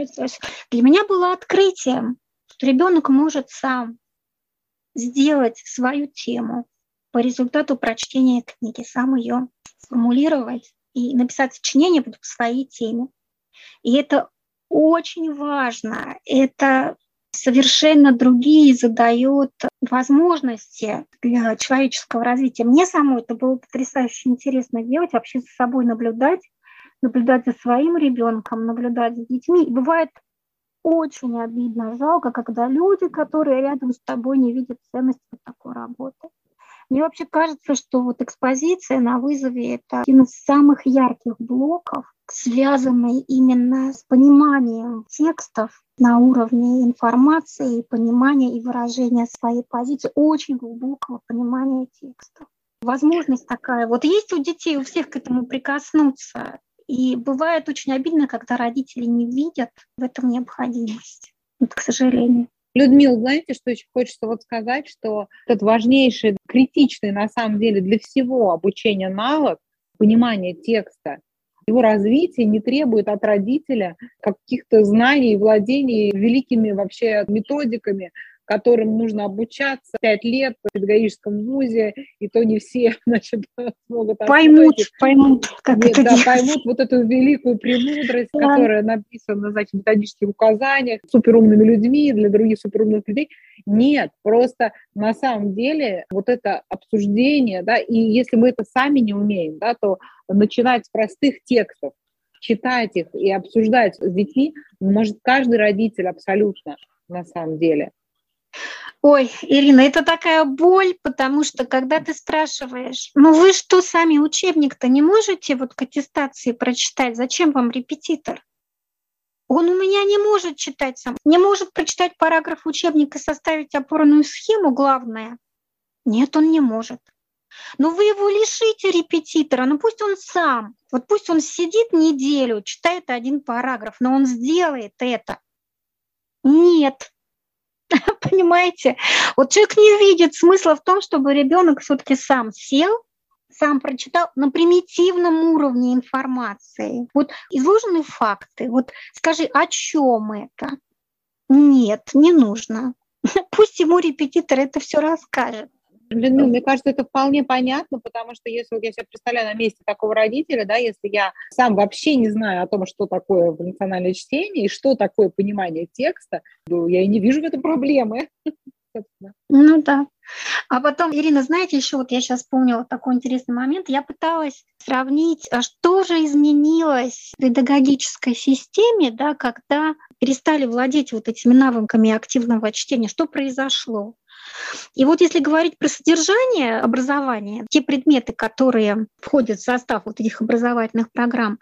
для меня было открытием, что ребенок может сам сделать свою тему по результату прочтения книги, сам ее сформулировать и написать сочинение по своей теме. И это очень важно. Это совершенно другие задает возможности для человеческого развития. Мне самой это было потрясающе интересно делать, вообще за собой наблюдать, наблюдать за своим ребенком, наблюдать за детьми. И бывает очень обидно, жалко, когда люди, которые рядом с тобой, не видят ценности вот такой работы. Мне вообще кажется, что вот экспозиция на вызове – это один из самых ярких блоков, связанный именно с пониманием текстов на уровне информации, понимания и выражения своей позиции, очень глубокого понимания текстов. Возможность такая. Вот есть у детей, у всех к этому прикоснуться. И бывает очень обидно, когда родители не видят в этом необходимость. Вот, к сожалению. Людмила, знаете, что еще хочется вот сказать, что этот важнейший, критичный на самом деле для всего обучения навык, понимание текста, его развитие не требует от родителя каких-то знаний и владений великими вообще методиками, которым нужно обучаться пять лет в педагогическом вузе, и то не все, значит, смогут поймут, поймут, как Нет, это да, делать. поймут вот эту великую премудрость, да. которая написана, значит, в методических указаниях суперумными людьми для других суперумных людей. Нет, просто на самом деле вот это обсуждение, да, и если мы это сами не умеем, да, то начинать с простых текстов, читать их и обсуждать с детьми может каждый родитель абсолютно на самом деле. Ой, Ирина, это такая боль, потому что когда ты спрашиваешь, ну вы что, сами учебник-то не можете вот к аттестации прочитать? Зачем вам репетитор? Он у меня не может читать сам, не может прочитать параграф учебника, составить опорную схему, главное. Нет, он не может. Но вы его лишите репетитора, ну пусть он сам, вот пусть он сидит неделю, читает один параграф, но он сделает это. Нет. Понимаете? Вот человек не видит смысла в том, чтобы ребенок все-таки сам сел, сам прочитал на примитивном уровне информации. Вот изложены факты. Вот скажи, о чем это? Нет, не нужно. Пусть ему репетитор это все расскажет. Ну, мне кажется, это вполне понятно, потому что если вот я себя представляю на месте такого родителя, да, если я сам вообще не знаю о том, что такое функциональное чтение и что такое понимание текста, то я и не вижу в этом проблемы. Ну да. А потом, Ирина, знаете, еще вот я сейчас вспомнила такой интересный момент. Я пыталась сравнить, а что же изменилось в педагогической системе, да, когда перестали владеть вот этими навыками активного чтения, что произошло. И вот если говорить про содержание образования, те предметы, которые входят в состав вот этих образовательных программ,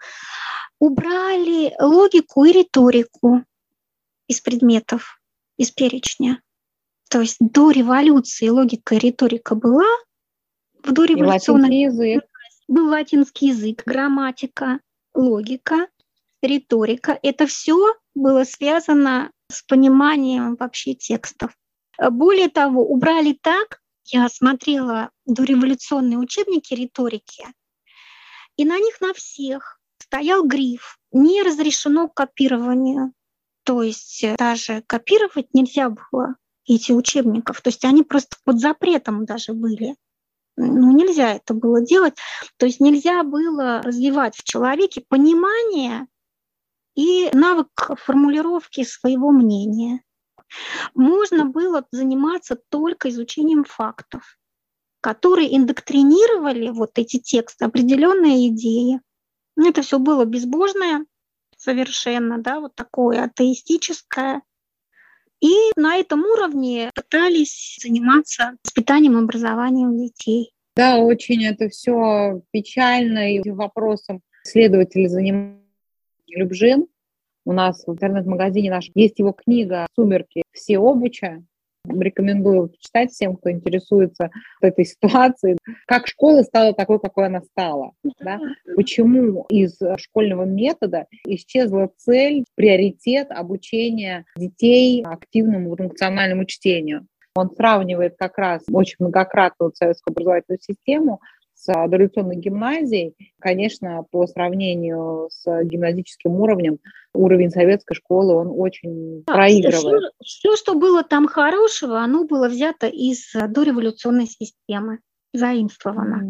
убрали логику и риторику из предметов, из перечня. То есть до революции логика и риторика была, в дореволюционной язык. был латинский язык, грамматика, логика, риторика. Это все было связано с пониманием вообще текстов. Более того, убрали так, я смотрела дореволюционные учебники риторики, и на них на всех стоял гриф «Не разрешено копированию». То есть даже копировать нельзя было эти учебников. То есть они просто под запретом даже были. Ну, нельзя это было делать. То есть нельзя было развивать в человеке понимание и навык формулировки своего мнения. Можно было заниматься только изучением фактов, которые индоктринировали вот эти тексты, определенные идеи. Это все было безбожное совершенно, да, вот такое атеистическое. И на этом уровне пытались заниматься воспитанием и образованием детей. Да, очень это все печально, и этим вопросом следователи занимаются. Любжин. У нас в интернет-магазине наш есть его книга «Сумерки все обуча». Рекомендую почитать всем, кто интересуется этой ситуацией. Как школа стала такой, какой она стала. Да? Почему из школьного метода исчезла цель, приоритет обучения детей активному функциональному чтению. Он сравнивает как раз очень многократно вот советскую образовательную систему с дореволюционной гимназией. Конечно, по сравнению с гимназическим уровнем, уровень советской школы, он очень да, проигрывает. Все, все, что было там хорошего, оно было взято из дореволюционной системы, заимствовано. Mm.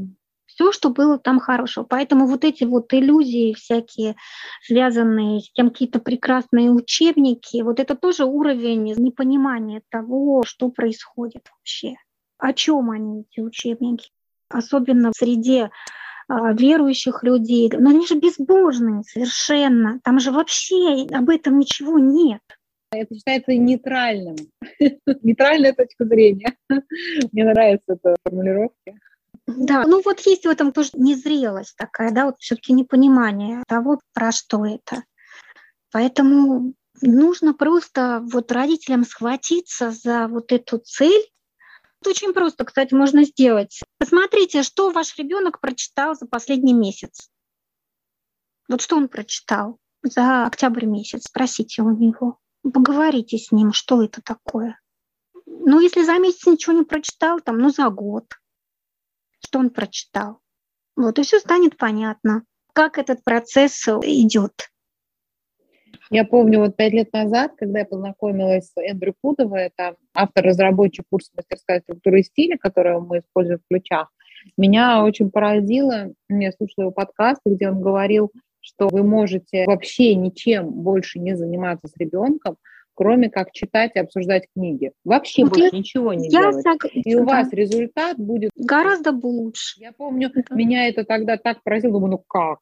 Все, что было там хорошего. Поэтому вот эти вот иллюзии всякие, связанные с тем, какие-то прекрасные учебники, вот это тоже уровень непонимания того, что происходит вообще. О чем они, эти учебники? Особенно в среде а, верующих людей. Но они же безбожные совершенно. Там же вообще об этом ничего нет. Это считается нейтральным. Нейтральная точка зрения. Мне нравится эта формулировка. Да, ну вот есть в этом тоже незрелость такая, да, вот все-таки непонимание того, про что это. Поэтому нужно просто вот родителям схватиться за вот эту цель. Это очень просто, кстати, можно сделать. Посмотрите, что ваш ребенок прочитал за последний месяц. Вот что он прочитал за октябрь месяц. Спросите у него, поговорите с ним, что это такое. Ну, если за месяц ничего не прочитал, там, ну, за год. Что он прочитал. Вот, и все станет понятно, как этот процесс идет. Я помню, вот пять лет назад, когда я познакомилась с Эндрю Пудовой, это автор-разработчик курса «Мастерская структура и стиля», который мы используем в ключах, меня очень поразило, я слушала его подкаст, где он говорил, что вы можете вообще ничем больше не заниматься с ребенком, кроме как читать и обсуждать книги. Вообще вот больше я, ничего не делать. Сог... И у да. вас результат будет... Гораздо лучше. Я помню, да. меня это тогда так поразило, думаю, ну как?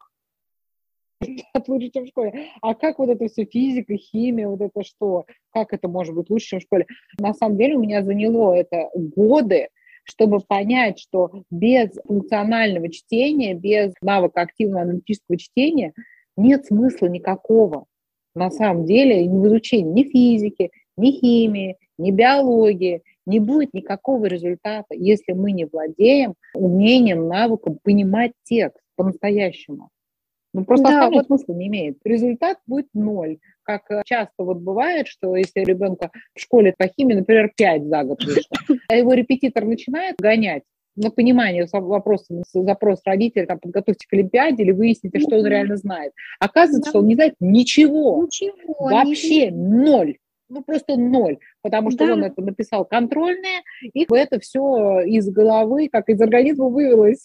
Лучше, чем в школе. А как вот это все физика, химия, вот это что? Как это может быть лучше, чем в школе? На самом деле у меня заняло это годы, чтобы понять, что без функционального чтения, без навыка активного аналитического чтения нет смысла никакого. На самом деле ни в изучении ни физики, ни химии, ни биологии не будет никакого результата, если мы не владеем умением, навыком понимать текст по-настоящему. Ну, просто да, остального вот... смысла не имеет. Результат будет ноль. Как часто вот бывает, что если ребенка в школе по химии, например, пять за год вышло, а его репетитор начинает гонять на понимание вопроса, запрос родителя, там, подготовьте к Олимпиаде или выясните, что он реально знает. Оказывается, да. что он не знает ничего. Ничего. Вообще ничего. Ноль. Ну, просто ноль. Потому что да. он это написал контрольное, и это все из головы, как из организма вывелось.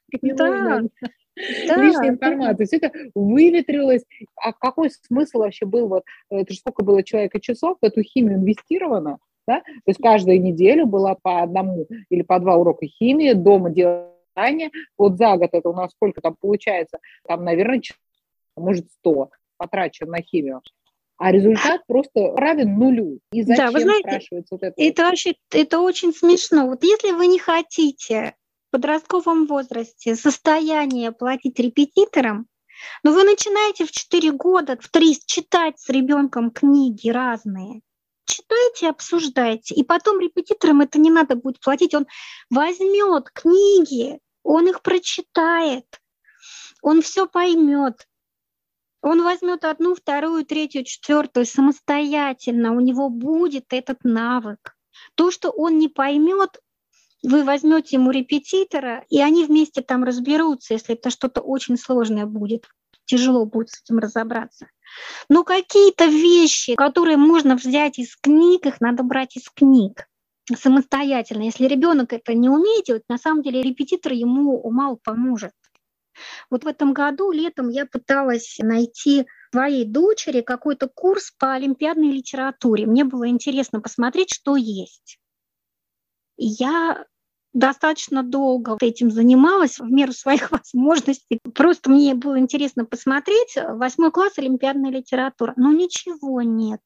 Да. Да, лишняя информация, да. все это выветрилось. А какой смысл вообще был? Вот, это же сколько было человека часов в эту химию инвестировано, да? То есть каждую неделю было по одному или по два урока химии, дома делания. Вот за год это у нас сколько там получается? Там, наверное, может, сто потрачено на химию. А результат просто равен нулю. И зачем, да, вы знаете, спрашивается вот это? Это вообще, это очень смешно. Вот если вы не хотите в подростковом возрасте состояние платить репетиторам, но вы начинаете в четыре года, в три читать с ребенком книги разные. Читайте, обсуждайте. И потом репетиторам это не надо будет платить. Он возьмет книги, он их прочитает, он все поймет. Он возьмет одну, вторую, третью, четвертую самостоятельно. У него будет этот навык. То, что он не поймет, вы возьмете ему репетитора, и они вместе там разберутся, если это что-то очень сложное будет. Тяжело будет с этим разобраться. Но какие-то вещи, которые можно взять из книг, их надо брать из книг самостоятельно. Если ребенок это не умеет делать, на самом деле репетитор ему мало поможет. Вот в этом году летом я пыталась найти своей дочери какой-то курс по олимпиадной литературе. Мне было интересно посмотреть, что есть. И я достаточно долго этим занималась в меру своих возможностей. Просто мне было интересно посмотреть. Восьмой класс олимпиадная литература. Но ничего нет.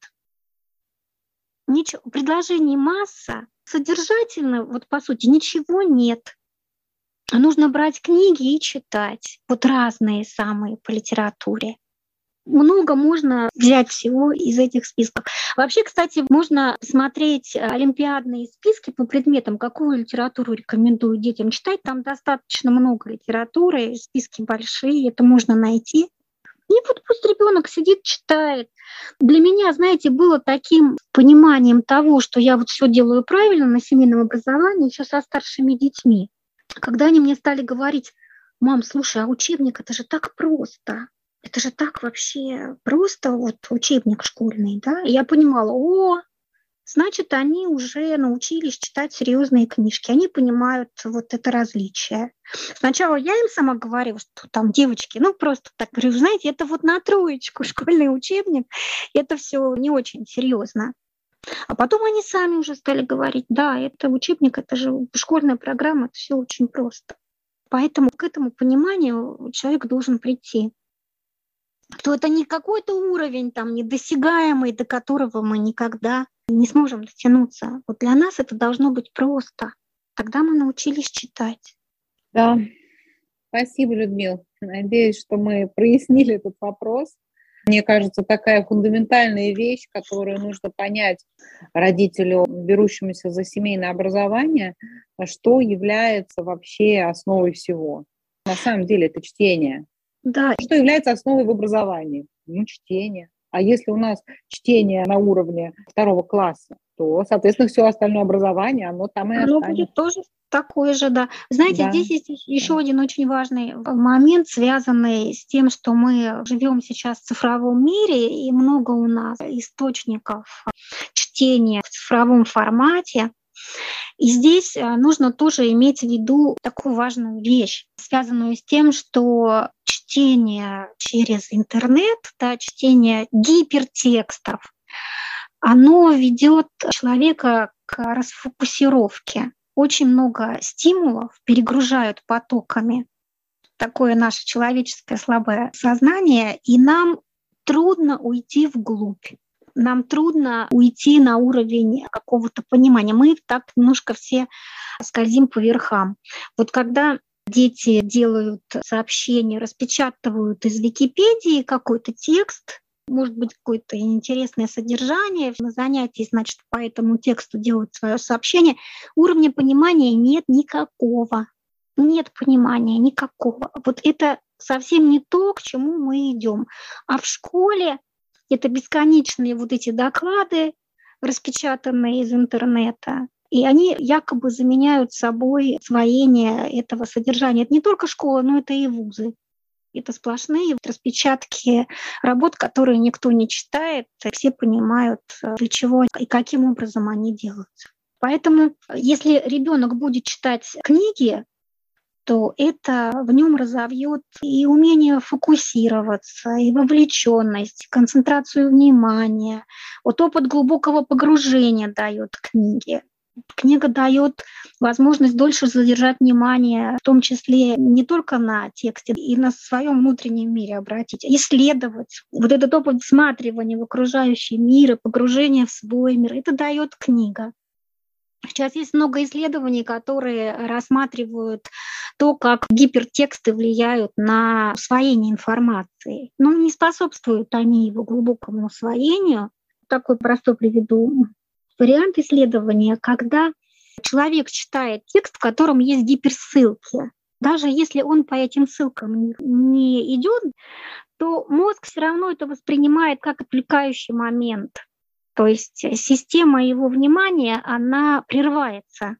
Ничего. Предложений масса. Содержательно, вот по сути, ничего нет. Нужно брать книги и читать. Вот разные самые по литературе. Много можно взять всего из этих списков. Вообще, кстати, можно смотреть олимпиадные списки по предметам, какую литературу рекомендую детям читать. Там достаточно много литературы, списки большие, это можно найти. И вот пусть ребенок сидит, читает. Для меня, знаете, было таким пониманием того, что я вот все делаю правильно на семейном образовании еще со старшими детьми. Когда они мне стали говорить: мам, слушай, а учебник это же так просто. Это же так вообще просто, вот учебник школьный, да? И я понимала: о, значит, они уже научились читать серьезные книжки, они понимают вот это различие. Сначала я им сама говорила, что там, девочки, ну просто так говорю, знаете, это вот на троечку школьный учебник, это все не очень серьезно. А потом они сами уже стали говорить, да, это учебник, это же школьная программа, это все очень просто. Поэтому к этому пониманию человек должен прийти. То это не какой-то уровень там недосягаемый, до которого мы никогда не сможем дотянуться. Вот для нас это должно быть просто. Тогда мы научились читать. Да, спасибо, Людмила. Надеюсь, что мы прояснили этот вопрос. Мне кажется, такая фундаментальная вещь, которую нужно понять родителю, берущемуся за семейное образование, что является вообще основой всего. На самом деле это чтение. Да. Что является основой в образовании? Ну, чтение. А если у нас чтение на уровне второго класса, то, соответственно, все остальное образование, оно там и оно останется. Будет тоже такое же, да. Знаете, Да. здесь есть еще один очень важный момент, связанный с тем, что мы живем сейчас в цифровом мире, и много у нас источников чтения в цифровом формате. И здесь нужно тоже иметь в виду такую важную вещь, связанную с тем, что чтение через интернет, да, чтение гипертекстов, оно ведет человека к расфокусировке. Очень много стимулов перегружают потоками. Такое наше человеческое слабое сознание, и нам трудно уйти вглубь. Нам трудно уйти на уровень какого-то понимания. Мы так немножко все скользим по верхам. Вот когда дети делают сообщения, распечатывают из Википедии какой-то текст, может быть, какое-то интересное содержание на занятии, значит, по этому тексту делают свое сообщение, уровня понимания нет никакого. Нет понимания никакого. Вот это совсем не то, к чему мы идем. А в школе это бесконечные вот эти доклады, распечатанные из интернета, и они якобы заменяют собой освоение этого содержания. Это не только школа, но это и вузы. Это сплошные распечатки работ, которые никто не читает, все понимают, для чего и каким образом они делаются. Поэтому, если ребенок будет читать книги, то это в нем разовьет и умение фокусироваться, и вовлеченность, концентрацию внимания. Вот опыт глубокого погружения дает книги. Книга дает возможность дольше задержать внимание, в том числе не только на тексте, и на своем внутреннем мире обратить, исследовать. Вот этот опыт всматривания в окружающий мир и погружения в свой мир, это дает книга. Сейчас есть много исследований, которые рассматривают то, как гипертексты влияют на усвоение информации. Но не способствуют они его глубокому усвоению. Такой простой приведу вариант исследования, когда человек читает текст, в котором есть гиперссылки. Даже если он по этим ссылкам не идет, то мозг все равно это воспринимает как отвлекающий момент. То есть система его внимания, она прерывается.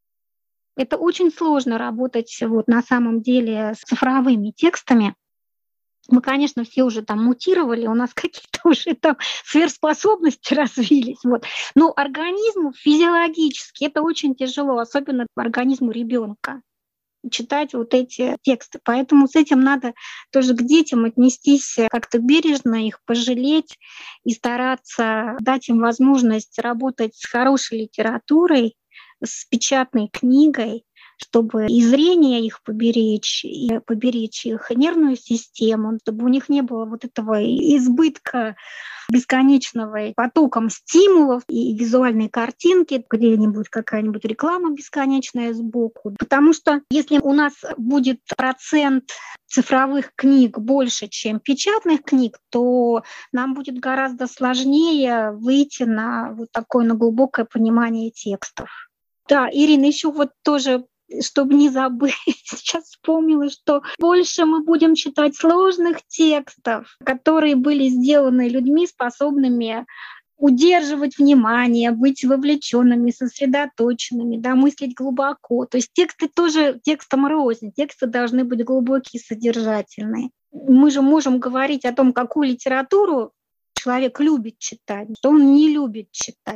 Это очень сложно работать вот на самом деле с цифровыми текстами. Мы, конечно, все уже там мутировали, у нас какие-то уже там сверхспособности развились. Вот. Но организму физиологически это очень тяжело, особенно организму ребенка, читать вот эти тексты. Поэтому с этим надо тоже к детям отнестись как-то бережно, их пожалеть и стараться дать им возможность работать с хорошей литературой, с печатной книгой, чтобы и зрение их поберечь, и поберечь их нервную систему, чтобы у них не было вот этого избытка бесконечного потоком стимулов и визуальной картинки, где-нибудь какая-нибудь реклама бесконечная сбоку. Потому что если у нас будет процент цифровых книг больше, чем печатных книг, то нам будет гораздо сложнее выйти на вот такое на глубокое понимание текстов. Да, Ирина, еще вот тоже, чтобы не забыть, сейчас вспомнила, что больше мы будем читать сложных текстов, которые были сделаны людьми, способными удерживать внимание, быть вовлеченными, сосредоточенными, да, мыслить глубоко. То есть тексты тоже текстом рознь, тексты должны быть глубокие, содержательные. Мы же можем говорить о том, какую литературу человек любит читать, что он не любит читать.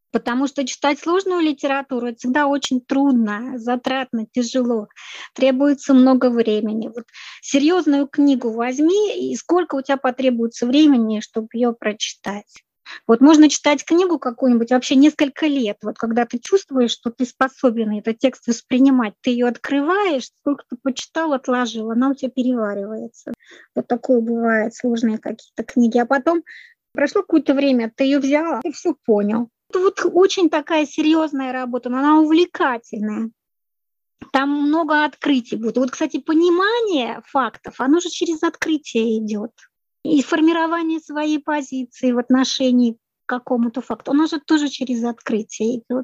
Потому что читать сложную литературу — это всегда очень трудно, затратно, тяжело, требуется много времени. Вот серьезную книгу возьми, и сколько у тебя потребуется времени, чтобы ее прочитать. Вот можно читать книгу какую-нибудь вообще несколько лет. Вот когда ты чувствуешь, что ты способен этот текст воспринимать, ты ее открываешь, сколько ты почитал, отложил, она у тебя переваривается. Вот такое бывает, сложные какие-то книги. А потом прошло какое-то время, ты ее взял, ты все понял. Это вот очень такая серьезная работа, но она увлекательная. Там много открытий будет. Вот, кстати, понимание фактов, оно же через открытие идет. И формирование своей позиции в отношении к какому-то факту, оно же тоже через открытие идет.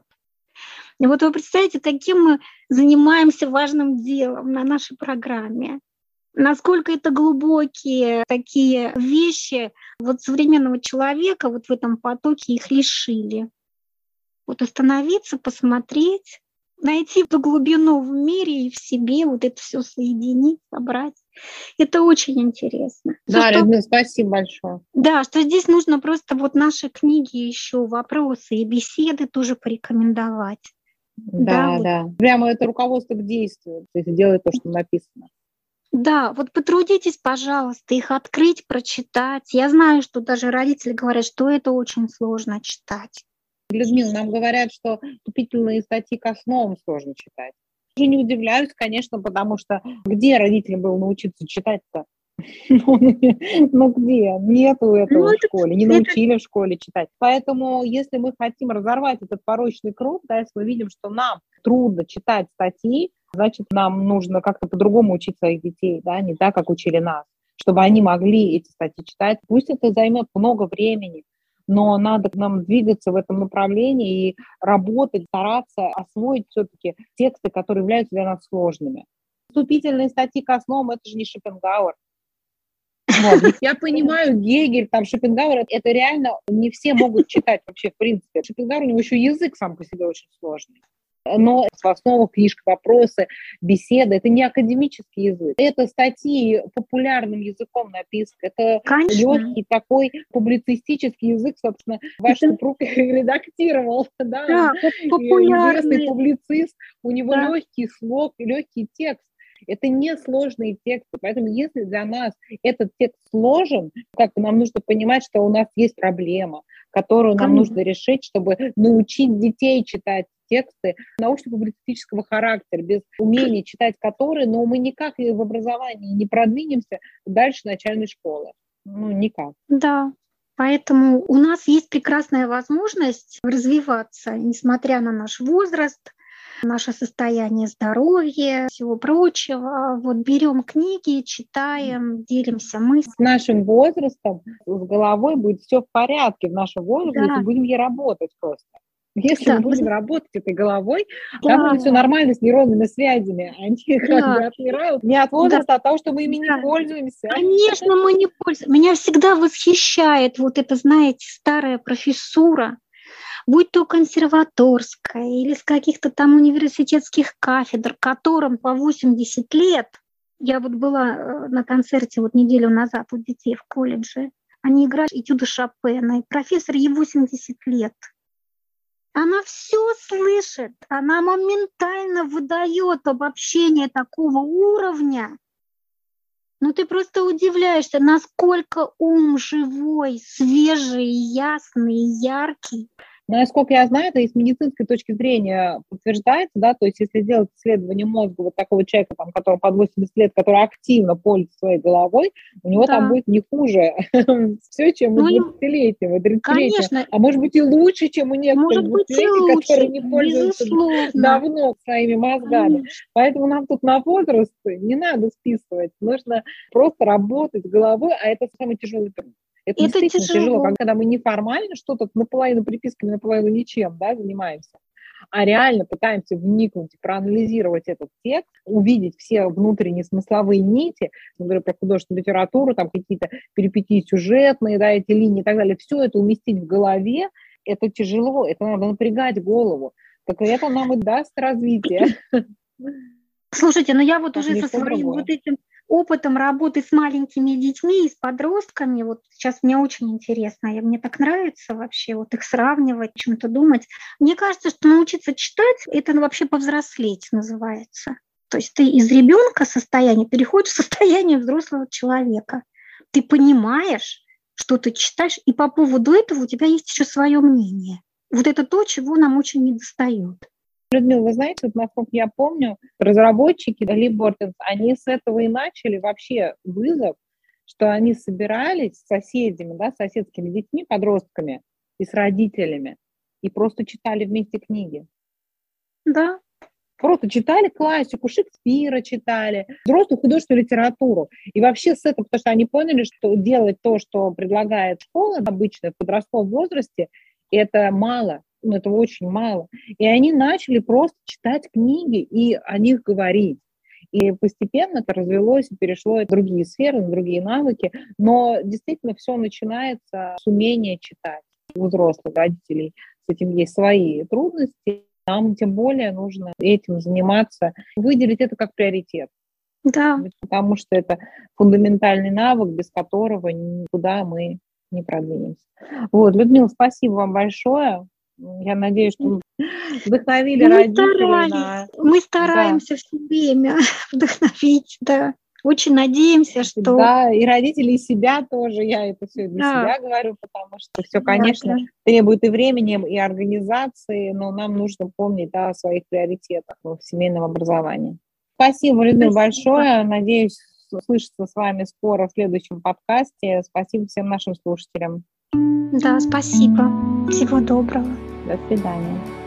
И вот вы представляете, каким мы занимаемся важным делом на нашей программе. Насколько это глубокие такие вещи вот современного человека вот в этом потоке их лишили. Вот остановиться, посмотреть, найти эту глубину в мире и в себе, вот это все соединить, собрать. Это очень интересно. Да, что, Людмила, спасибо большое. Да, что здесь нужно просто вот наши книги еще, вопросы и беседы тоже порекомендовать. Да, да. да. Вот. Прямо это руководство к действию, то есть делать то, что написано. Да, вот потрудитесь, пожалуйста, их открыть, прочитать. Я знаю, что даже родители говорят, что это очень сложно читать. Людмила, нам говорят, что вступительные статьи к основам сложно читать. Я не удивляюсь, конечно, потому что где родителям было научиться читать-то? Ну где? Нету этого в школе, не научили в школе читать. Поэтому, если мы хотим разорвать этот порочный круг, да, если мы видим, что нам трудно читать статьи, значит, нам нужно как-то по-другому учить своих детей, да, не так, как учили нас, чтобы они могли эти статьи читать. Пусть это займет много времени, но надо нам двигаться в этом направлении и работать, стараться освоить все-таки тексты, которые являются для нас сложными. Вступительные статьи к основам — это же не Шопенгауэр. Вот. Я понимаю, Гегель, там, Шопенгауэр, это реально не все могут читать вообще, в принципе. Шопенгауэр, у него еще язык сам по себе очень сложный. Но в основах книжка, вопросы, беседы — это не академический язык. Это статьи популярным языком написаны. Это легкий такой публицистический язык, собственно, ваш это... супруг редактировал. Да, да, популярный. Известный публицист, у него да. легкий слог, легкий текст. Это не сложные тексты, поэтому если для нас этот текст сложен, как нам нужно понимать, что у нас есть проблема, которую нам Конечно. нужно решить, чтобы научить детей читать тексты научно-публицистического характера, без умения читать которые, но мы никак в образовании не продвинемся дальше начальной школы. Ну, никак. Да. Поэтому у нас есть прекрасная возможность развиваться, несмотря на наш возраст, наше состояние здоровья, всего прочего. Вот берем книги, читаем, делимся мыслями. С нашим возрастом, с головой будет все в порядке в нашем возрасте, да. если будем ей работать просто. Если да. мы будем работать этой головой, да. там будет все нормально с нейронными связями. Они да. как бы отмирают не от возраста, да. а от того, что мы ими да. не пользуемся. Конечно, мы не пользуемся. Меня всегда восхищает вот это, знаете, старая профессура, будь то консерваторская или с каких-то там университетских кафедр, которым по восемьдесят лет. Я вот была на концерте вот неделю назад у детей в колледже. Они играли этюды Шопена, и профессор ей восемьдесят лет. Она все слышит, она моментально выдает обобщение такого уровня. Ну ты просто удивляешься, насколько ум живой, свежий, ясный, яркий. Но, насколько я знаю, это и с медицинской точки зрения подтверждается, да, то есть если сделать исследование мозга вот такого человека, там, которому под восемьдесят лет, который активно пользуется своей головой, у него да. там будет не хуже все, чем у двадцатилетнего, тридцатилетнего, а может быть и лучше, чем у некоторых двадцатилетних, которые не пользуются безусловно. давно своими мозгами. Конечно. Поэтому нам тут на возраст не надо списывать, нужно просто работать головой, а это самый тяжелый труд. Это, это действительно тяжело. тяжело, когда мы неформально что-то наполовину приписками, наполовину ничем, да, занимаемся, а реально пытаемся вникнуть и проанализировать этот текст, увидеть все внутренние смысловые нити, я говорю про художественную литературу, там какие-то перипетии сюжетные, да, эти линии и так далее, все это уместить в голове, это тяжело, это надо напрягать голову. Так это нам и даст развитие. Слушайте, ну я вот так уже со своим вот этим опытом работы с маленькими детьми и с подростками, вот сейчас мне очень интересно, и мне так нравится вообще вот их сравнивать, о чем-то думать. Мне кажется, что научиться читать — это вообще повзрослеть называется. То есть ты из ребенка состояния переходишь в состояние взрослого человека. Ты понимаешь, что ты читаешь, и по поводу этого у тебя есть еще свое мнение. Вот это то, чего нам очень недостает. Людмила, вы знаете, вот насколько я помню, разработчики Libwortens, они с этого и начали вообще вызов, что они собирались с соседями, да, с соседскими детьми, подростками и с родителями, и просто читали вместе книги. Да. Просто читали классику, Шекспира читали, взрослую художественную литературу. И вообще с этого, потому что они поняли, что делать то, что предлагает школа обычно в подростковом возрасте, это мало, ну, это очень мало. И они начали просто читать книги и о них говорить. И постепенно это развелось и перешло в другие сферы, на другие навыки. Но действительно все начинается с умения читать. У взрослых родителей с этим есть свои трудности. Нам тем более нужно этим заниматься, выделить это как приоритет. Да. Потому что это фундаментальный навык, без которого никуда мы не продвинемся. Вот, Людмила, спасибо вам большое. Я надеюсь, что вдохновили мы родителей на... Мы стараемся да. все время вдохновить, да. Очень надеемся, что... Да, и родители, и себя тоже. Я это все для да. себя говорю, потому что все, конечно, да, да. требует и времени, и организации, но нам нужно помнить да, о своих приоритетах в семейном образовании. Спасибо, Людмила, большое. Надеюсь, услышаться с вами скоро в следующем подкасте. Спасибо всем нашим слушателям. Да, спасибо. Всего доброго. До свидания.